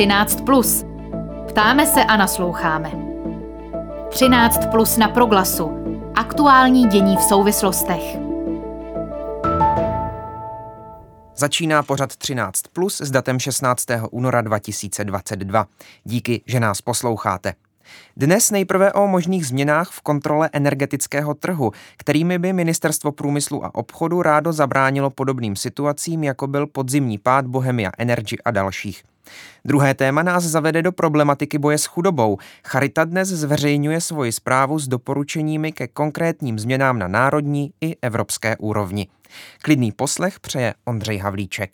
13+. Ptáme se a nasloucháme. 13+ na Proglasu. Aktuální dění v souvislostech. Začíná pořad 13+ s datem 16. února 2022. Díky, že nás posloucháte. Dnes nejprve o možných změnách v kontrole energetického trhu, kterými by Ministerstvo průmyslu a obchodu rádo zabránilo podobným situacím, jako byl podzimní pád Bohemia Energy a dalších. Druhé téma nás zavede do problematiky boje s chudobou. Charita dnes zveřejňuje svoji zprávu s doporučeními ke konkrétním změnám na národní i evropské úrovni. Klidný poslech přeje Ondřej Havlíček.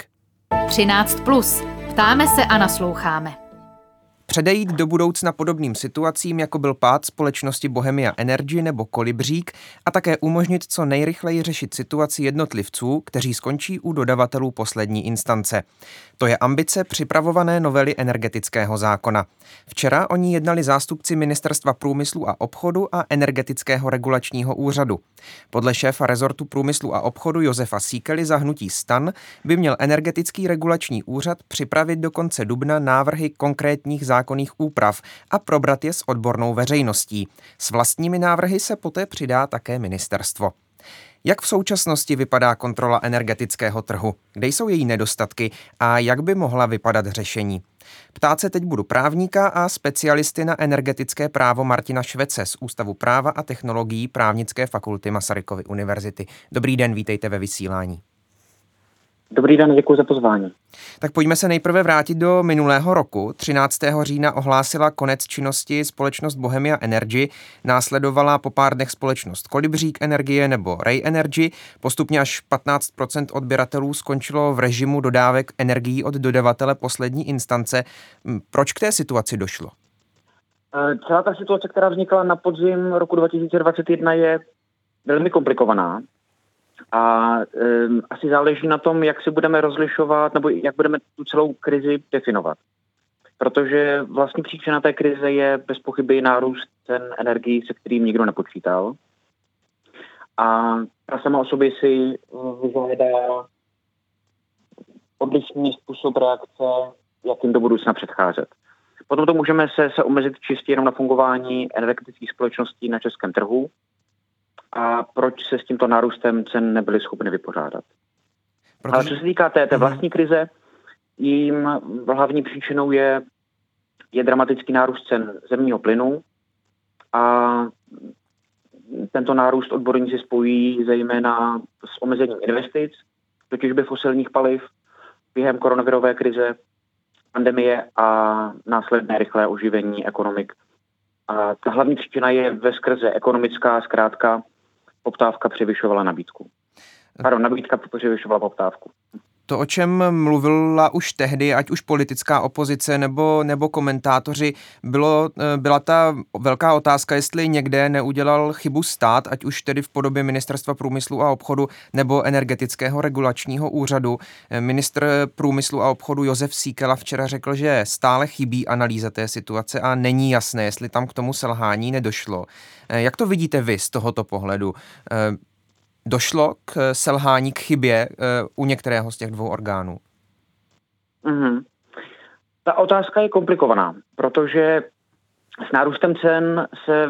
13+. Ptáme se a nasloucháme. Předejít do budoucna podobným situacím, jako byl pád společnosti Bohemia Energy nebo Kolibřík, a také umožnit co nejrychleji řešit situaci jednotlivců, kteří skončí u dodavatelů poslední instance. To je ambice připravované novely energetického zákona. Včera o ní jednali zástupci Ministerstva průmyslu a obchodu a Energetického regulačního úřadu. Podle šéfa rezortu průmyslu a obchodu Josefa Síkely za hnutí STAN by měl Energetický regulační úřad připravit do konce dubna návrhy konkrétních zákonných úprav a probrat je s odbornou veřejností. S vlastními návrhy se poté přidá také ministerstvo. Jak v současnosti vypadá kontrola energetického trhu? Kde jsou její nedostatky a jak by mohla vypadat řešení? Ptát se teď budu právníka a specialisty na energetické právo Martina Švece z Ústavu práva a technologií Právnické fakulty Masarykovy univerzity. Dobrý den, vítejte ve vysílání. Dobrý den, děkuji za pozvání. Tak pojďme se nejprve vrátit do minulého roku. 13. října ohlásila konec činnosti společnost Bohemia Energy, následovala po pár dnech společnost Kolibřík Energie nebo Ray Energy. Postupně až 15% odběratelů skončilo v režimu dodávek energií od dodavatele poslední instance. Proč k té situaci došlo? Celá ta situace, která vznikla na podzim roku 2021, je velmi komplikovaná. A asi záleží na tom, jak si budeme rozlišovat nebo jak budeme tu celou krizi definovat. Protože vlastní příčina té krize je bez pochyby nárůst cen energií, se kterým nikdo nepočítal. A ta sama o sobě si vyžádá odlišný způsob reakce, jakým do budoucna předcházet. Potom to můžeme se omezit čistě jenom na fungování energetických společností na českém trhu, a proč se s tímto nárůstem cen nebyli schopni vypořádat. Ale co se týká té vlastní krize, jím hlavní příčinou je dramatický nárůst cen zemního plynu a tento nárůst odborníci spojí zejména s omezením investic do těžby fosilních paliv během koronavirové krize, pandemie a následné rychlé oživení ekonomik. A ta hlavní příčina je veskrze ekonomická, zkrátka poptávka převyšovala nabídku. Nabídka převyšovala poptávku. To, o čem mluvila už tehdy, ať už politická opozice nebo komentátoři, byla ta velká otázka, jestli někde neudělal chybu stát, ať už tedy v podobě Ministerstva průmyslu a obchodu nebo Energetického regulačního úřadu. Ministr průmyslu a obchodu Josef Síkela včera řekl, že stále chybí analýza té situace a není jasné, jestli tam k tomu selhání nedošlo. Jak to vidíte vy z tohoto pohledu? Došlo k selhání, k chybě u některého z těch dvou orgánů? Ta otázka je komplikovaná, protože s nárůstem cen se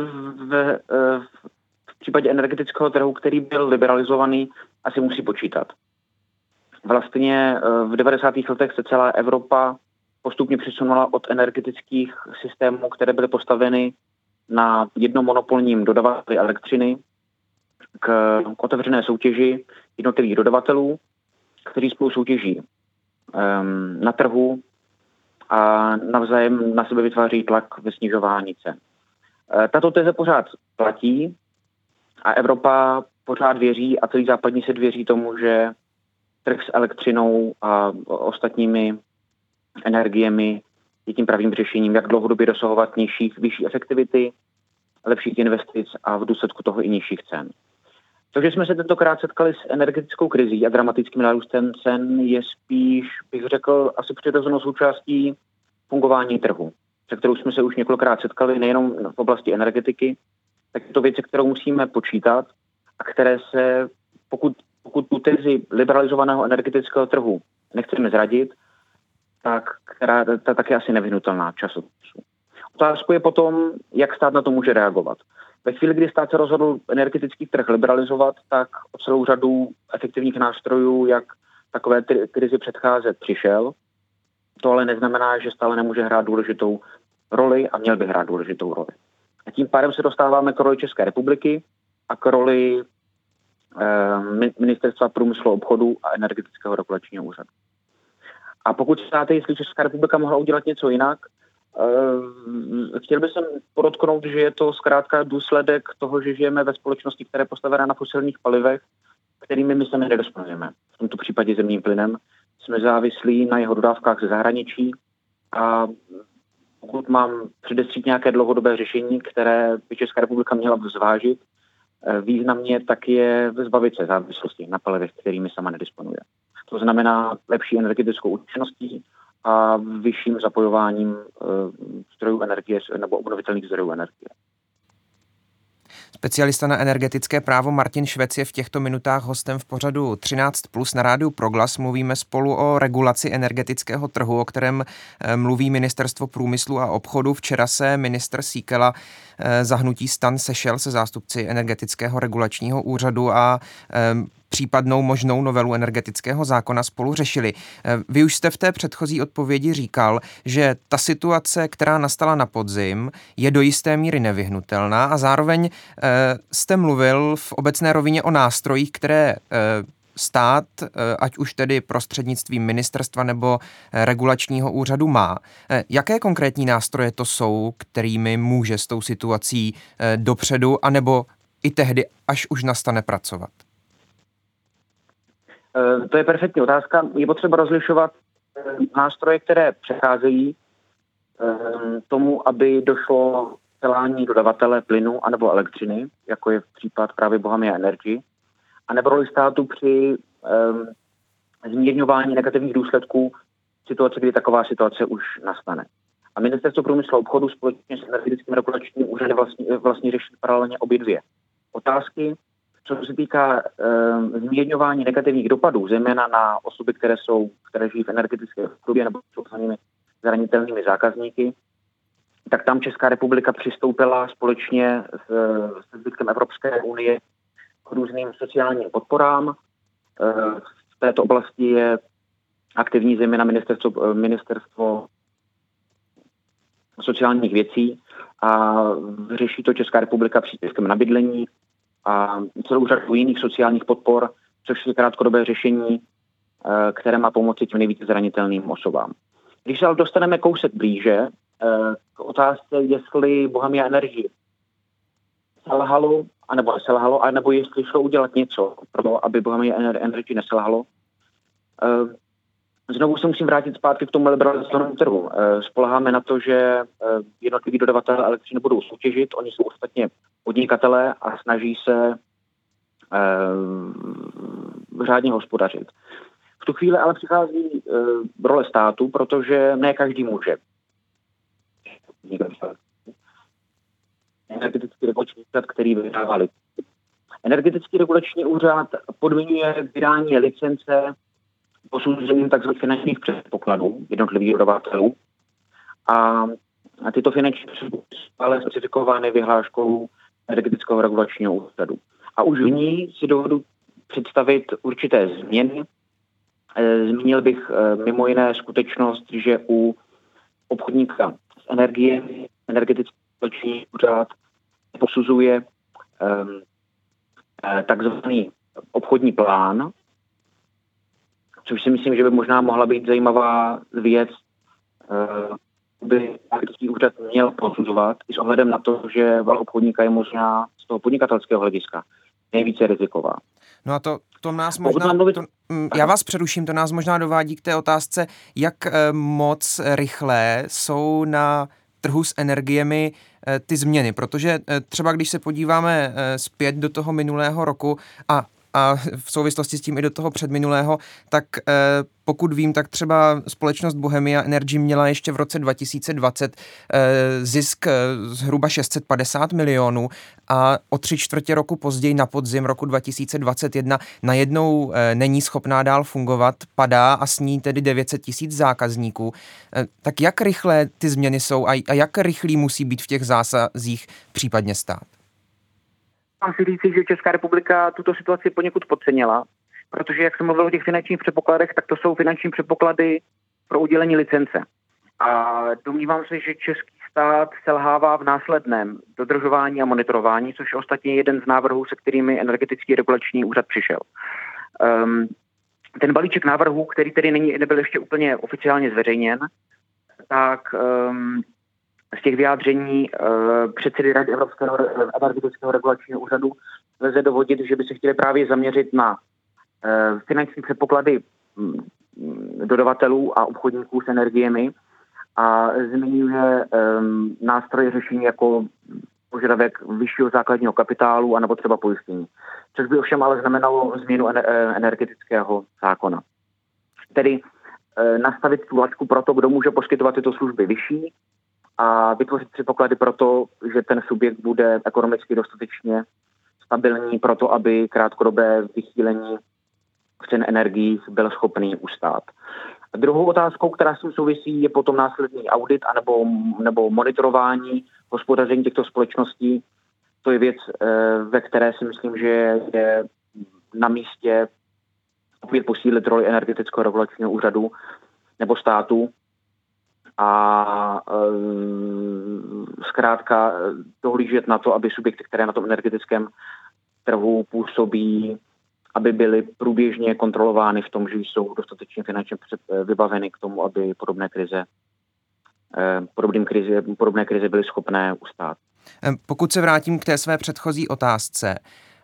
v případě energetického trhu, který byl liberalizovaný, asi musí počítat. Vlastně v 90. letech se celá Evropa postupně přesunula od energetických systémů, které byly postaveny na jednomonopolním dodavateli elektřiny, k otevřené soutěži jednotlivých dodavatelů, kteří spolu soutěží na trhu a navzájem na sebe vytváří tlak ve snižování cen. Tato teze pořád platí a Evropa pořád věří a celý západní svět věří tomu, že trh s elektřinou a ostatními energiemi je tím pravým řešením, jak dlouhodobě dosahovat vyšší efektivity, lepších investic a v důsledku toho i nižších cen. To, že jsme se tentokrát setkali s energetickou krizí a dramatickým nárůstem cen, je spíš, bych řekl, asi přirozenou součástí fungování trhu, se kterou jsme se už několikrát setkali, nejenom v oblasti energetiky, tak je to věci, kterou musíme počítat a které se, pokud tu tezi liberalizovaného energetického trhu nechceme zradit, ta taky asi nevyhnutelná času. Otázkou je potom, jak stát na to může reagovat. Ve chvíli, kdy stát se rozhodl energetický trh liberalizovat, tak o celou řadu efektivních nástrojů, jak takové krizi předcházet, přišel. To ale neznamená, že stále nemůže hrát důležitou roli a měl by hrát důležitou roli. A tím pádem se dostáváme k roli České republiky a k roli Ministerstva průmyslu, obchodu a Energetického regulačního úřadu. A pokud státe, jestli Česká republika mohla udělat něco jinak, chtěl bych podotknout, že je to zkrátka důsledek toho, že žijeme ve společnosti, která je postavená na fosilních palivech, kterými my sami nedisponujeme. V tomto případě zemním plynem. Jsme závislí na jeho dodávkách ze zahraničí a pokud mám předestřít nějaké dlouhodobé řešení, které by Česká republika měla zvážit, významně tak je zbavit se závislosti na palivech, kterými sama nedisponuje. To znamená lepší energetickou účinností a vyšším zapojováním zdrojů energie nebo obnovitelných zdrojů energie. Specialista na energetické právo Martin Švec je v těchto minutách hostem v pořadu 13+ na rádiu Proglas. Mluvíme spolu o regulaci energetického trhu, o kterém mluví Ministerstvo průmyslu a obchodu. Včera se ministr Síkela za hnutí STAN sešel se zástupci Energetického regulačního úřadu a případnou možnou novelu energetického zákona spolu řešili. Vy už jste v té předchozí odpovědi říkal, že ta situace, která nastala na podzim, je do jisté míry nevyhnutelná a zároveň jste mluvil v obecné rovině o nástrojích, které stát, ať už tedy prostřednictvím ministerstva nebo regulačního úřadu má. Jaké konkrétní nástroje to jsou, kterými může s tou situací dopředu, anebo i tehdy, až už nastane, pracovat? To je perfektní otázka. Je potřeba rozlišovat nástroje, které přecházejí tomu, aby došlo k selhání dodavatele plynu anebo elektřiny, jako je případ právě Bohemia Energy, a nebo roli státu při zmírňování negativních důsledků situace, kdy taková situace už nastane. A Ministerstvo průmyslu a obchodu společně s Energetickým regulačním úřadem vlastně řeší paralelně obě dvě otázky. Co se týká zmírňování negativních dopadů, zejména na osoby, které žijí v energetické chudobě nebo jsou zranitelnými zákazníky, tak tam Česká republika přistoupila společně se zbytkem Evropské unie k různým sociálním podporám. V této oblasti je aktivní zejména ministerstvo sociálních věcí a řeší to Česká republika příspěvkem na bydlení a celou řadu jiných sociálních podpor, což je krátkodobé řešení, které má pomoci těm nejvíce zranitelným osobám. Když se ale dostaneme kousek blíže k otázce, jestli Bohemia Energy selhalo, anebo neselhalo, anebo jestli šlo udělat něco pro to, aby Bohemia Energy neselhalo, znovu se musím vrátit zpátky k tomu liberalizovanému trhu. Spoléháme na to, že jednotliví dodavatelé elektřiny budou soutěžit, oni jsou ostatně podnikatelé a snaží se řádně hospodařit. V tu chvíli ale přichází role státu, protože ne každý může. Energetický regulační úřad, který vydává licence. Energetický regulační úřad podmiňuje vydání licence posouzením tzv. Finančních předpokladů jednotlivých dodavatelů a tyto finanční předpoklady jsou ale specifikovány vyhláškou Energetického regulačního úřadu. A už v ní si dovedu představit určité změny. Zmínil bych mimo jiné skutečnost, že u obchodníka s energií Energetický regulační úřad posuzuje takzvaný obchodní plán, což si myslím, že by možná mohla být zajímavá věc, by Energetický úřad měl posuzovat i s ohledem na to, že role obchodníka je možná z toho podnikatelského hlediska nejvíce riziková. No a to nás možná, já vás přeruším, to nás možná dovádí k té otázce, jak moc rychlé jsou na trhu s energiemi ty změny, protože třeba když se podíváme zpět do toho minulého roku a a v souvislosti s tím i do toho předminulého, tak pokud vím, tak třeba společnost Bohemia Energy měla ještě v roce 2020 zisk zhruba 650 milionů a o 3/4 roku později na podzim roku 2021 najednou není schopná dál fungovat, padá a s ní tedy 900 000 zákazníků. Tak jak rychlé ty změny jsou a jak rychlý musí být v těch zásazích případně stát? Mám si říct, že Česká republika tuto situaci poněkud podcenila, protože jak jsem mluvil o těch finančních předpokladech, tak to jsou finanční předpoklady pro udělení licence. A domnívám se, že český stát selhává v následném dodržování a monitorování, což je ostatně jeden z návrhů, se kterými Energetický regulační úřad přišel. Ten balíček návrhů, který tedy nebyl ještě úplně oficiálně zveřejněn, tak z těch vyjádření předsedy Rady Evropského energetického regulačního úřadu lze dovodit, že by se chtěli právě zaměřit na finanční předpoklady dodavatelů a obchodníků s energiemi a zmiňuje nástroje řešení jako požadavek vyššího základního kapitálu anebo třeba pojištění. Což by ovšem ale znamenalo změnu energetického zákona. Tedy nastavit tu laťku pro to, kdo může poskytovat tyto služby vyšší a vytvořit předpoklady pro to, že ten subjekt bude ekonomicky dostatečně stabilní pro to, aby krátkodobé vychýlení cen energií byl schopný ustát. A druhou otázkou, která s tím souvisí, je potom následný audit nebo monitorování hospodaření těchto společností. To je věc, ve které si myslím, že je na místě opět posílit roli Energetického regulačního úřadu nebo státu a zkrátka dohlížet na to, aby subjekty, které na tom energetickém trhu působí, aby byly průběžně kontrolovány v tom, že jsou dostatečně finančně vybaveny k tomu, aby podobné krize byly schopné ustát. Pokud se vrátím k té své předchozí otázce,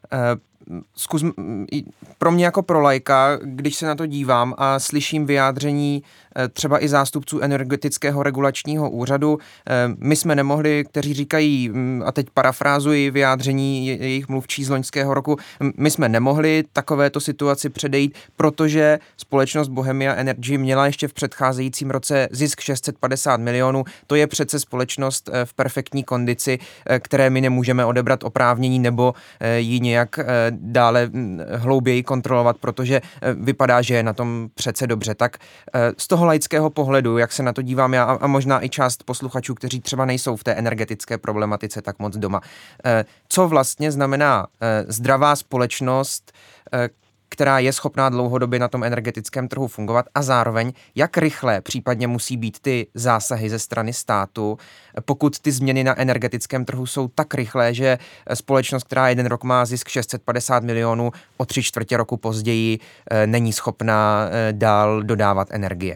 pro mě jako pro laika, když se na to dívám a slyším vyjádření třeba i zástupců Energetického regulačního úřadu, my jsme nemohli, kteří říkají, a teď parafrázuji vyjádření jejich mluvčí z loňského roku, my jsme nemohli takovéto situaci předejít, protože společnost Bohemia Energy měla ještě v předcházejícím roce zisk 650 milionů, to je přece společnost v perfektní kondici, které my nemůžeme odebrat oprávnění nebo ji nějak dále hlouběji kontrolovat, protože vypadá, že je na tom přece dobře. Tak z toho laického pohledu, jak se na to dívám já a možná i část posluchačů, kteří třeba nejsou v té energetické problematice tak moc doma. Co vlastně znamená zdravá společnost, která je schopná dlouhodobě na tom energetickém trhu fungovat a zároveň, jak rychle případně musí být ty zásahy ze strany státu, pokud ty změny na energetickém trhu jsou tak rychlé, že společnost, která jeden rok má zisk 650 milionů, o 3/4 roku později není schopná dál dodávat energie.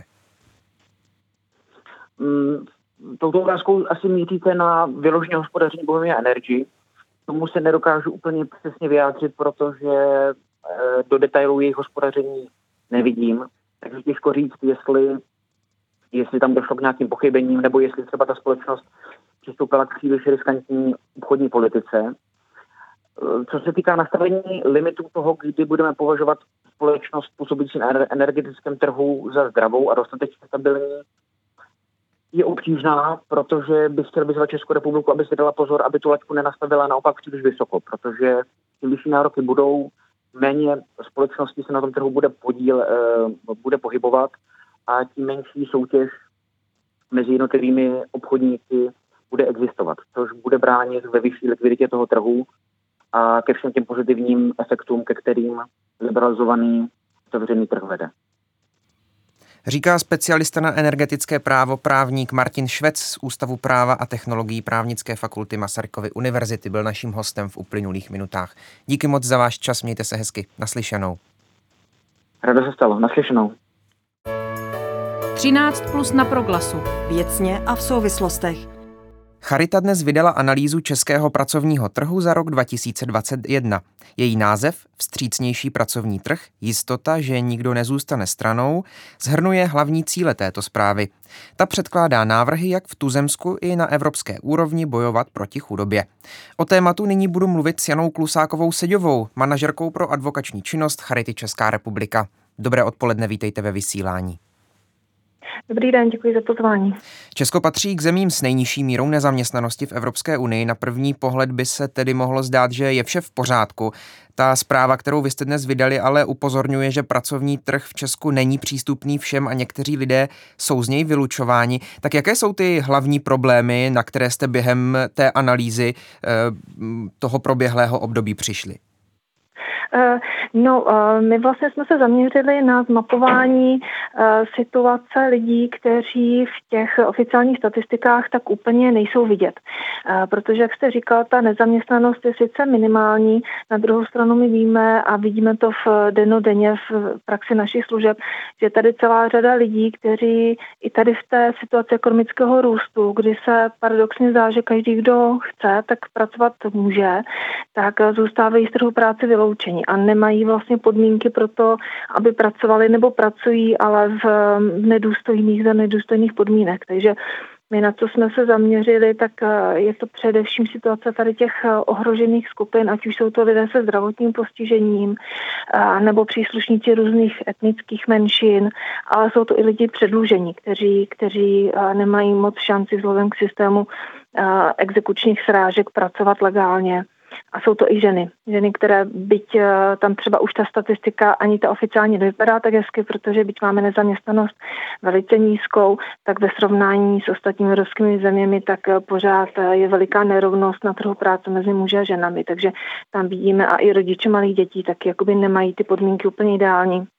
Touto otázkou asi míříte na vyložené hospodaření Bohemia Energy. Tomu se nedokážu úplně přesně vyjádřit, protože do detailů jejich hospodaření nevidím. Takže těžko říct, jestli tam došlo k nějakým pochybením, nebo jestli třeba ta společnost přistoupila k příliš riskantní obchodní politice. Co se týká nastavení limitů toho, kdy budeme považovat společnost působící na energetickém trhu za zdravou a dostatečně stabilní, je obtížná, protože bych chtěl vyzvat Českou republiku, aby si dala pozor, aby tu laťku nenastavila naopak příliš vysoko, protože tím vyšší nároky budou, méně společností se na tom trhu bude pohybovat a tím menší soutěž mezi jednotlivými obchodníky bude existovat, což bude bránit ve vyšší likviditě toho trhu a ke všem těm pozitivním efektům, ke kterým liberalizovaný otevřený trh vede. Říká specialista na energetické právo právník Martin Švec z Ústavu práva a technologií Právnické fakulty Masarykovy univerzity. Byl naším hostem v uplynulých minutách. Díky moc za váš čas, mějte se hezky. Naslyšenou. Ráda se stalo. Naslyšenou. 13+ na Proglasu. Věcně a v souvislostech. Charita dnes vydala analýzu českého pracovního trhu za rok 2021. Její název, Vstřícnější pracovní trh, jistota, že nikdo nezůstane stranou, shrnuje hlavní cíle této zprávy. Ta předkládá návrhy, jak v tuzemsku i na evropské úrovni bojovat proti chudobě. O tématu nyní budu mluvit s Janou Klusákovou-Seďovou, manažerkou pro advokační činnost Charity Česká republika. Dobré odpoledne, vítejte ve vysílání. Dobrý den, děkuji za pozvání. Česko patří k zemím s nejnižší mírou nezaměstnanosti v Evropské unii. Na první pohled by se tedy mohlo zdát, že je vše v pořádku. Ta zpráva, kterou vy jste dnes vydali, ale upozorňuje, že pracovní trh v Česku není přístupný všem a někteří lidé jsou z něj vylučováni. Tak jaké jsou ty hlavní problémy, na které jste během té analýzy toho proběhlého období přišli? My vlastně jsme se zaměřili na zmapování situace lidí, kteří v těch oficiálních statistikách tak úplně nejsou vidět. Protože, jak jste říkal, ta nezaměstnanost je sice minimální, na druhou stranu my víme a vidíme to v dennodenně v praxi našich služeb, že tady celá řada lidí, kteří i tady v té situaci ekonomického růstu, kdy se paradoxně zdá, že každý, kdo chce, tak pracovat může, tak zůstávají z trhu práce vyloučení a nemají vlastně podmínky pro to, aby pracovali nebo pracují, ale v nedůstojných podmínek. Takže my, na co jsme se zaměřili, tak je to především situace tady těch ohrožených skupin, ať už jsou to lidé se zdravotním postižením, nebo příslušníci různých etnických menšin, ale jsou to i lidi předlužení, kteří nemají moc šanci vzhledem k systému exekučních srážek pracovat legálně. A jsou to i ženy, které byť tam třeba už ta statistika ani ta oficiálně nevypadá tak hezky, protože byť máme nezaměstnanost velice nízkou, tak ve srovnání s ostatními evropskými zeměmi, tak pořád je veliká nerovnost na trhu práce mezi muži a ženami. Takže tam vidíme a i rodiče malých dětí taky jakoby nemají ty podmínky úplně ideální.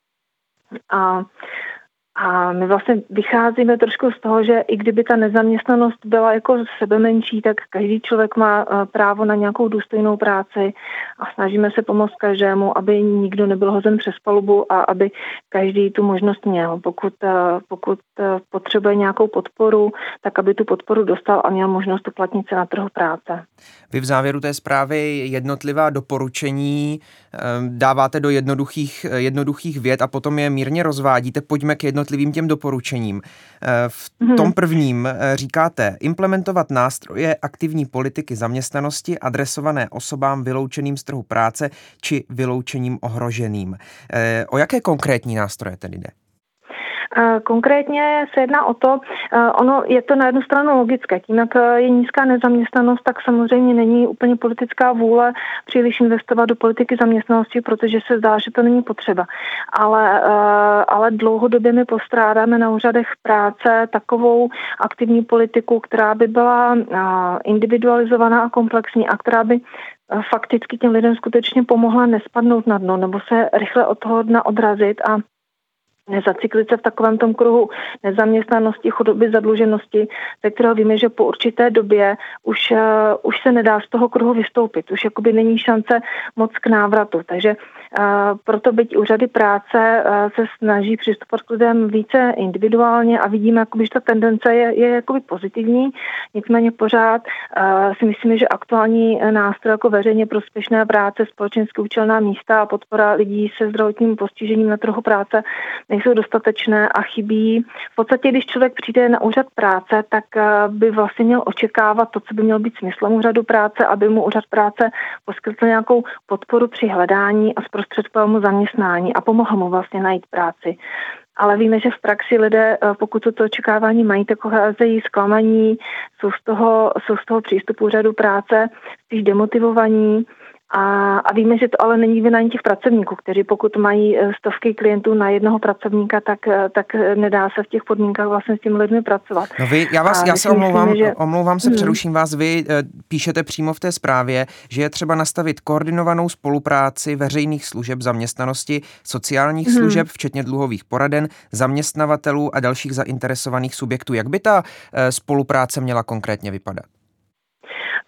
A my vlastně vycházíme trošku z toho, že i kdyby ta nezaměstnanost byla jako sebe menší, tak každý člověk má právo na nějakou důstojnou práci a snažíme se pomoct každému, aby nikdo nebyl hozen přes palubu a aby každý tu možnost měl. Pokud potřebuje nějakou podporu, tak aby tu podporu dostal a měl možnost uplatnit se na trhu práce. Vy v závěru té zprávy jednotlivá doporučení dáváte do jednoduchých vět a potom je mírně rozvádíte. Pojďme k jednotlivým těm doporučením. V tom prvním říkáte implementovat nástroje aktivní politiky zaměstnanosti adresované osobám vyloučeným z trhu práce či vyloučením ohroženým. O jaké konkrétní nástroje tedy jde? Konkrétně se jedná o to, ono je to na jednu stranu logické, tím jak je nízká nezaměstnanost, tak samozřejmě není úplně politická vůle příliš investovat do politiky zaměstnanosti, protože se zdá, že to není potřeba. Ale dlouhodobě my postrádáme na úřadech práce takovou aktivní politiku, která by byla individualizovaná a komplexní a která by fakticky těm lidem skutečně pomohla nespadnout na dno nebo se rychle od toho dna odrazit a nezacyklit se v takovém tom kruhu nezaměstnanosti, chudoby, zadluženosti, ze kterého víme, že po určité době už se nedá z toho kruhu vystoupit. Už jakoby není šance moc k návratu. Takže proto byť úřady práce se snaží přistupovat k lidem více individuálně a vidíme, jakoby, že ta tendence je jakoby pozitivní. Nicméně pořád si myslíme, že aktuální nástroj jako veřejně prospěšné práce, společensky účelná místa a podpora lidí se zdravotním postižením na trhu práce nejsou dostatečné a chybí. V podstatě, když člověk přijde na úřad práce, tak by vlastně měl očekávat to, co by mělo být smyslem úřadu práce, aby mu úřad práce poskytl nějakou podporu při hledání a zprostředkoval mu zaměstnání a pomohl mu vlastně najít práci. Ale víme, že v praxi lidé, pokud to očekávání mají, tak pocházejí zklamaní, jsou z toho přístupu úřadu práce spíš demotivovaní. A víme, že to ale není vina ani těch pracovníků, kteří pokud mají stovky klientů na jednoho pracovníka, tak nedá se v těch podmínkách vlastně s těmi lidmi pracovat. No já se omlouvám se, přeruším vás. Vy píšete přímo v té zprávě, že je třeba nastavit koordinovanou spolupráci veřejných služeb zaměstnanosti, sociálních služeb, včetně dluhových poraden, zaměstnavatelů a dalších zainteresovaných subjektů. Jak by ta spolupráce měla konkrétně vypadat?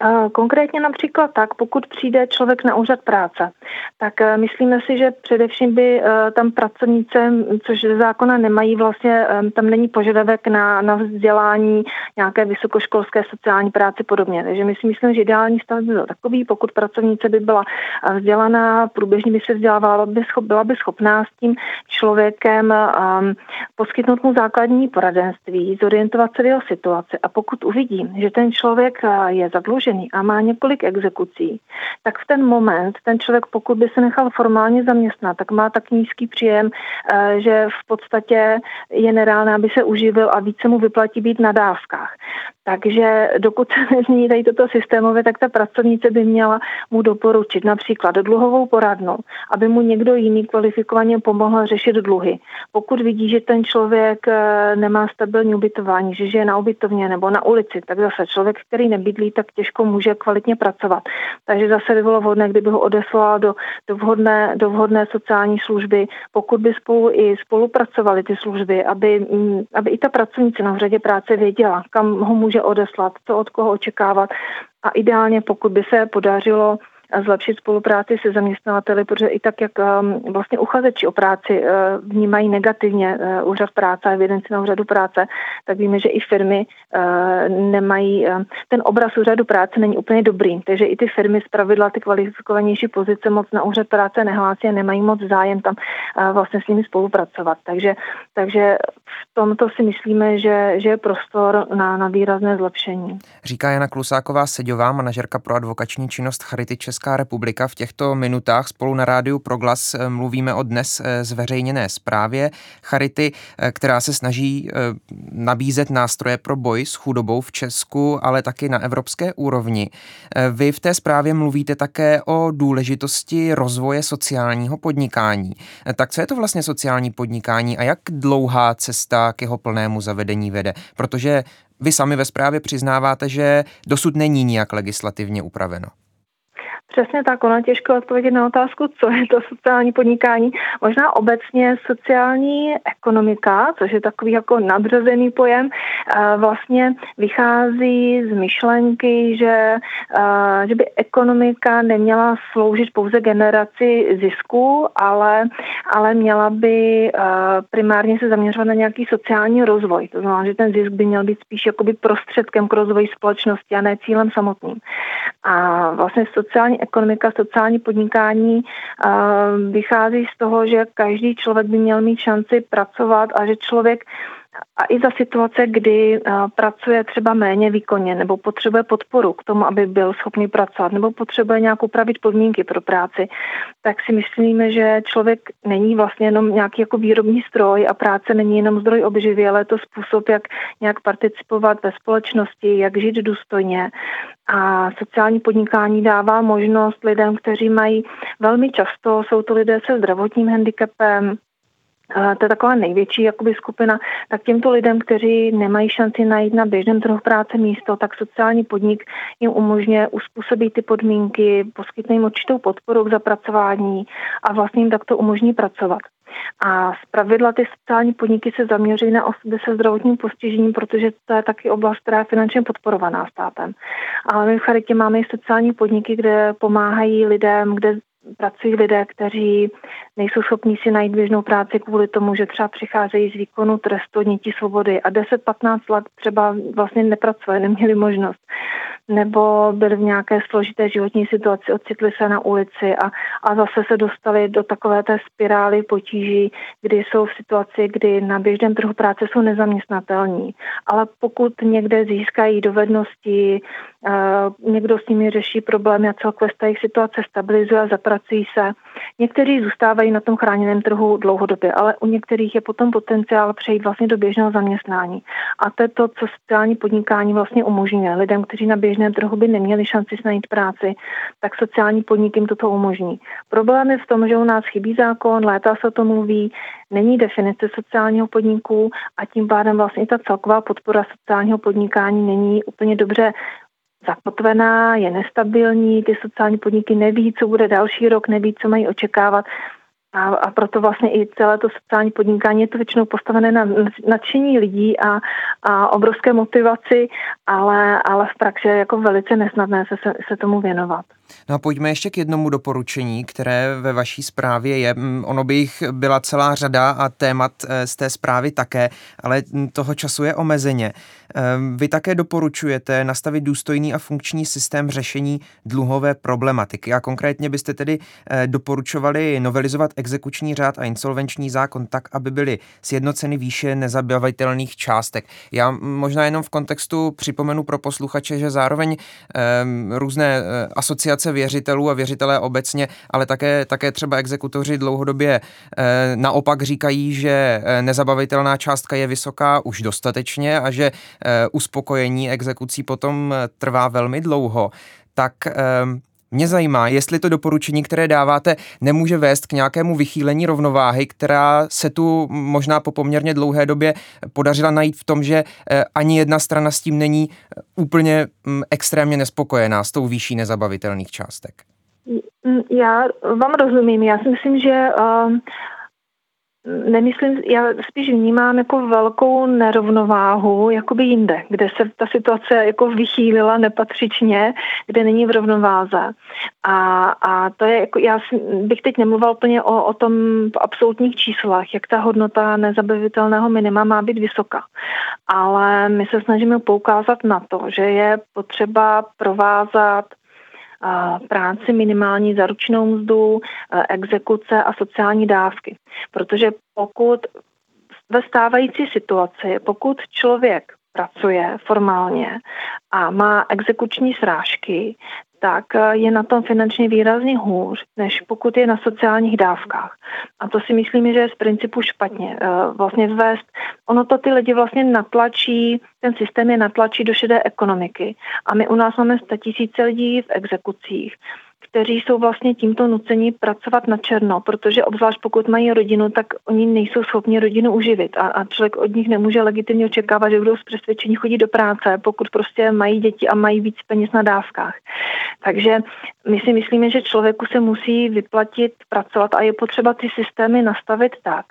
Konkrétně například tak, pokud přijde člověk na úřad práce, tak myslíme si, že především by tam pracovnice, což ze zákona nemají, vlastně tam není požadavek na vzdělání, nějaké vysokoškolské sociální práci podobně. Takže my si myslíme, že ideální stav by byl takový, pokud pracovnice by byla vzdělaná, průběžně by se vzdělávala, byla by schopná s tím člověkem poskytnout mu základní poradenství, zorientovat se v jeho situaci. A pokud uvidí, že ten člověk je zadlužený a má několik exekucí, tak v ten moment ten člověk, pokud by se nechal formálně zaměstnat, tak má tak nízký příjem, že v podstatě je nereálné, aby se uživil a více mu vyplatí být na dávkách. Takže dokud se nezmění tady toto systémové, tak ta pracovnice by měla mu doporučit například dluhovou poradnu, aby mu někdo jiný kvalifikovaně pomohl řešit dluhy. Pokud vidí, že ten člověk nemá stabilní ubytování, že žije na ubytovně nebo na ulici, tak zase člověk, který nebydlí, tak těžko může kvalitně pracovat. Takže zase by bylo vhodné, kdyby ho odeslala do vhodné sociální služby, pokud by spolupracovaly ty služby, aby i ta pracovnice na úřadě práce věděla, kam ho může odeslat, co od koho očekávat a ideálně, pokud by se podařilo zlepšit spolupráci se zaměstnavateli, protože i tak, jak vlastně uchazeči o práci vnímají negativně úřad práce a evidenci na úřadu práce, tak víme, že i firmy nemají, ten obraz úřadu práce není úplně dobrý, takže i ty firmy zpravidla ty kvalifikovanější pozice moc na úřad práce nehlásí a nemají moc zájem tam vlastně s nimi spolupracovat. Takže v tomto si myslíme, že je prostor na výrazné zlepšení. Říká Jana Klusáková-Seďová, manažerka pro advokační činnost Charity Česká republika. V těchto minutách spolu na rádiu Proglas mluvíme o dnes zveřejněné zprávě Charity, která se snaží nabízet nástroje pro boj s chudobou v Česku, ale taky na evropské úrovni. Vy v té zprávě mluvíte také o důležitosti rozvoje sociálního podnikání. Tak co je to vlastně sociální podnikání a jak dlouhá cesta k jeho plnému zavedení vede? Protože vy sami ve zprávě přiznáváte, že dosud není nijak legislativně upraveno. Přesně tak, ona těžko odpovědět na otázku, co je to sociální podnikání. Možná obecně sociální ekonomika, což je takový jako nadřazený pojem, vlastně vychází z myšlenky, že by ekonomika neměla sloužit pouze generaci zisku, ale měla by primárně se zaměřovat na nějaký sociální rozvoj. To znamená, že ten zisk by měl být spíš jakoby prostředkem k rozvoji společnosti a ne cílem samotným. A vlastně sociální ekonomika, sociální podnikání vychází z toho, že každý člověk by měl mít šanci pracovat a že člověk a i za situace, kdy pracuje třeba méně výkonně nebo potřebuje podporu k tomu, aby byl schopný pracovat nebo potřebuje nějak upravit podmínky pro práci, tak si myslíme, že člověk není vlastně jenom nějaký jako výrobní stroj a práce není jenom zdroj obživy, ale je to způsob, jak nějak participovat ve společnosti, jak žít důstojně. A sociální podnikání dává možnost lidem, kteří mají velmi často, jsou to lidé se zdravotním handicapem, to je taková největší jakoby skupina, tak těmto lidem, kteří nemají šanci najít na běžném trhu práce místo, tak sociální podnik jim umožňuje uspůsobit ty podmínky, poskytne jim určitou podporu k zapracování a vlastně jim takto umožní pracovat. A zpravidla ty sociální podniky se zaměří na osoby se zdravotním postižením, protože to je taky oblast, která je finančně podporovaná státem. Ale my v Charitě máme i sociální podniky, kde pomáhají lidem, kde pracují lidé, kteří nejsou schopní si najít běžnou práci kvůli tomu, že třeba přicházejí z výkonu trestu odnětí svobody a 10-15 let třeba vlastně nepracovali, neměli možnost. Nebo byli v nějaké složité životní situaci, ocitli se na ulici a zase se dostali do takové té spirály potíží, kdy jsou v situaci, kdy na běžném trhu práce jsou nezaměstnatelní. Ale pokud někde získají dovednosti, někdo s nimi řeší problémy a celkově ta jejich situace stabilizuje a zapracují se. Někteří zůstávají na tom chráněném trhu dlouhodobě, ale u některých je potom potenciál přejít vlastně do běžného zaměstnání. A to je to, co sociální podnikání vlastně umožňuje. Lidem, kteří na běžném trhu by neměli šanci najít práci, tak sociální podnik jim toto umožní. Problém je v tom, že u nás chybí zákon, léta se o tom mluví, není definice sociálního podniku a tím pádem vlastně ta celková podpora sociálního podnikání není úplně dobře zakotvená, je nestabilní, ty sociální podniky neví, co bude další rok, neví, co mají očekávat. A proto vlastně i celé to sociální podnikání je to většinou postavené na nadšení lidí a obrovské motivaci, ale v praxi je jako velice nesnadné se tomu věnovat. No a pojďme ještě k jednomu doporučení, které ve vaší zprávě je. Ono by jich byla celá řada a témat z té zprávy také, ale toho času je omezeně. Vy také doporučujete nastavit důstojný a funkční systém řešení dluhové problematiky a konkrétně byste tedy doporučovali novelizovat exekuční řád a insolvenční zákon tak, aby byly sjednoceny výše nezabavitelných částek. Já možná jenom v kontextu připomenu pro posluchače, že zároveň různé asociace věřitelů a věřitelé obecně, ale také třeba exekutoři dlouhodobě naopak říkají, že nezabavitelná částka je vysoká už dostatečně a že uspokojení exekucí potom trvá velmi dlouho. Tak mě zajímá, jestli to doporučení, které dáváte, nemůže vést k nějakému vychýlení rovnováhy, která se tu možná po poměrně dlouhé době podařila najít v tom, že ani jedna strana s tím není úplně extrémně nespokojená s tou výší nezabavitelných částek. Já vám rozumím. Já si myslím, že já spíš vnímám jako velkou nerovnováhu jakoby jinde, kde se ta situace jako vychýlila nepatřičně, kde není v rovnováze. A to je jako, já bych teď nemluvila úplně o tom absolutních číslech, jak ta hodnota nezabavitelného minima má být vysoká. Ale my se snažíme poukázat na to, že je potřeba provázat práci, minimální zaručenou mzdu, exekuce a sociální dávky. Protože pokud ve stávající situaci, pokud člověk pracuje formálně a má exekuční srážky, tak je na tom finančně výrazně hůř, než pokud je na sociálních dávkách. A to si myslím, že je z principu špatně. Vlastně ono to ty lidi vlastně natlačí, ten systém je natlačí do šedé ekonomiky. A my u nás máme 100 000 lidí v exekucích, kteří jsou vlastně tímto nuceni pracovat na černo, protože obzvlášť pokud mají rodinu, tak oni nejsou schopni rodinu uživit a člověk od nich nemůže legitimně očekávat, že budou z přesvědčení chodit do práce, pokud prostě mají děti a mají víc peněz na dávkách. Takže my si myslíme, že člověku se musí vyplatit pracovat a je potřeba ty systémy nastavit tak,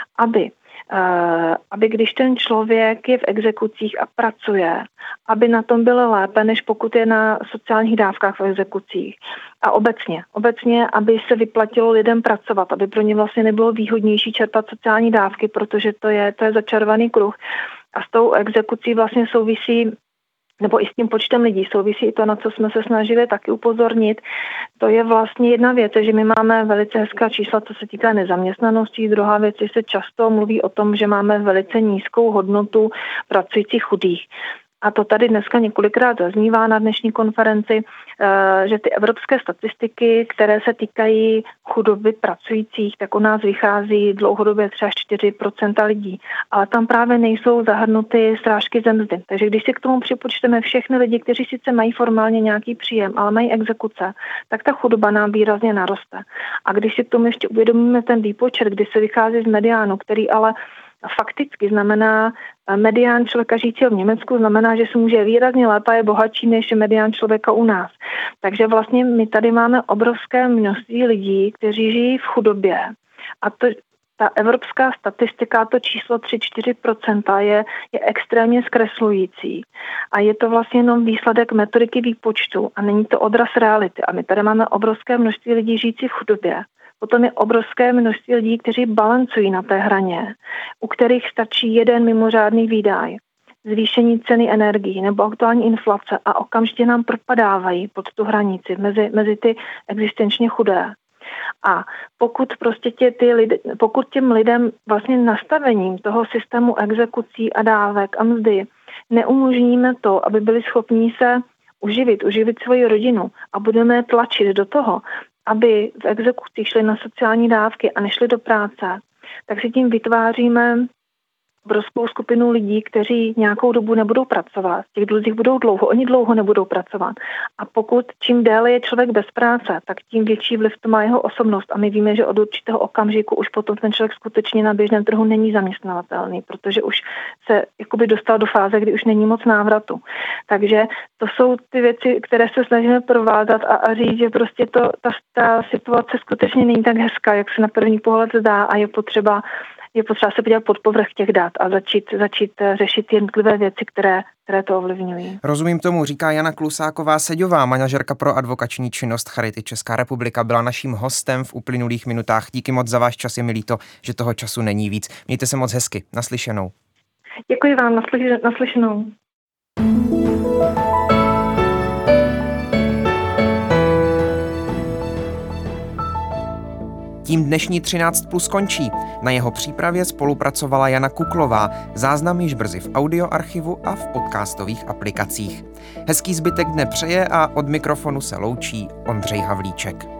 aby když ten člověk je v exekucích a pracuje, aby na tom bylo lépe, než pokud je na sociálních dávkách v exekucích. A obecně, aby se vyplatilo lidem pracovat, aby pro ně vlastně nebylo výhodnější čerpat sociální dávky, protože to je začarovaný kruh. A s tou exekucí vlastně souvisí, nebo i s tím počtem lidí souvisí to, na co jsme se snažili taky upozornit. To je vlastně jedna věc, že my máme velice hezká čísla, co se týká nezaměstnanosti. Druhá věc, že se často mluví o tom, že máme velice nízkou hodnotu pracujících chudých. A to tady dneska několikrát zaznívá na dnešní konferenci, že ty evropské statistiky, které se týkají chudoby pracujících, tak u nás vychází dlouhodobě třeba 4% lidí. Ale tam právě nejsou zahrnuty srážky ze mzdy. Takže když si k tomu připočteme všechny lidi, kteří sice mají formálně nějaký příjem, ale mají exekuce, tak ta chudoba nám výrazně naroste. A když si k tomu ještě uvědomíme ten výpočet, kdy se vychází z mediánu, který ale fakticky znamená medián člověka žijícího v Německu, znamená, že se může výrazně lépe a je bohatší než medián člověka u nás. Takže vlastně my tady máme obrovské množství lidí, kteří žijí v chudobě. A ta evropská statistika, to číslo 3-4% je extrémně zkreslující. A je to vlastně jenom výsledek metodiky výpočtu a není to odraz reality. A my tady máme obrovské množství lidí žijící v chudobě. Potom je obrovské množství lidí, kteří balancují na té hraně, u kterých stačí jeden mimořádný výdaj, zvýšení ceny energií nebo aktuální inflace a okamžitě nám propadávají pod tu hranici mezi ty existenčně chudé. A pokud prostě pokud těm lidem vlastně nastavením toho systému exekucí a dávek a mzdy neumožníme to, aby byli schopní se uživit svoji rodinu a budeme tlačit do toho, aby v exekucích šli na sociální dávky a nešli do práce, tak si tím vytváříme obrovskou skupinu lidí, kteří nějakou dobu nebudou pracovat. Těch druzích budou dlouho, oni dlouho nebudou pracovat. A pokud čím déle je člověk bez práce, tak tím větší vliv to má jeho osobnost. A my víme, že od určitého okamžiku už potom ten člověk skutečně na běžném trhu není zaměstnavatelný, protože už se jakoby dostal do fáze, kdy už není moc návratu. Takže to jsou ty věci, které se snažíme provádat a říct, že prostě ta situace skutečně není tak hezká, jak se na první pohled zdá a je potřeba se podívat pod povrch těch dat a začít řešit jednotlivé věci, které to ovlivňují. Rozumím tomu, říká Jana Klusáková-Seďová, manažerka pro advokační činnost Charity Česká republika, byla naším hostem v uplynulých minutách. Díky moc za váš čas, je mi líto, že toho času není víc. Mějte se moc hezky, naslyšenou. Děkuji vám, naslyšenou. Tím dnešní 13+ končí. Na jeho přípravě spolupracovala Jana Kuklová. Záznam již brzy v audioarchivu a v podcastových aplikacích. Hezký zbytek dne přeje a od mikrofonu se loučí Ondřej Havlíček.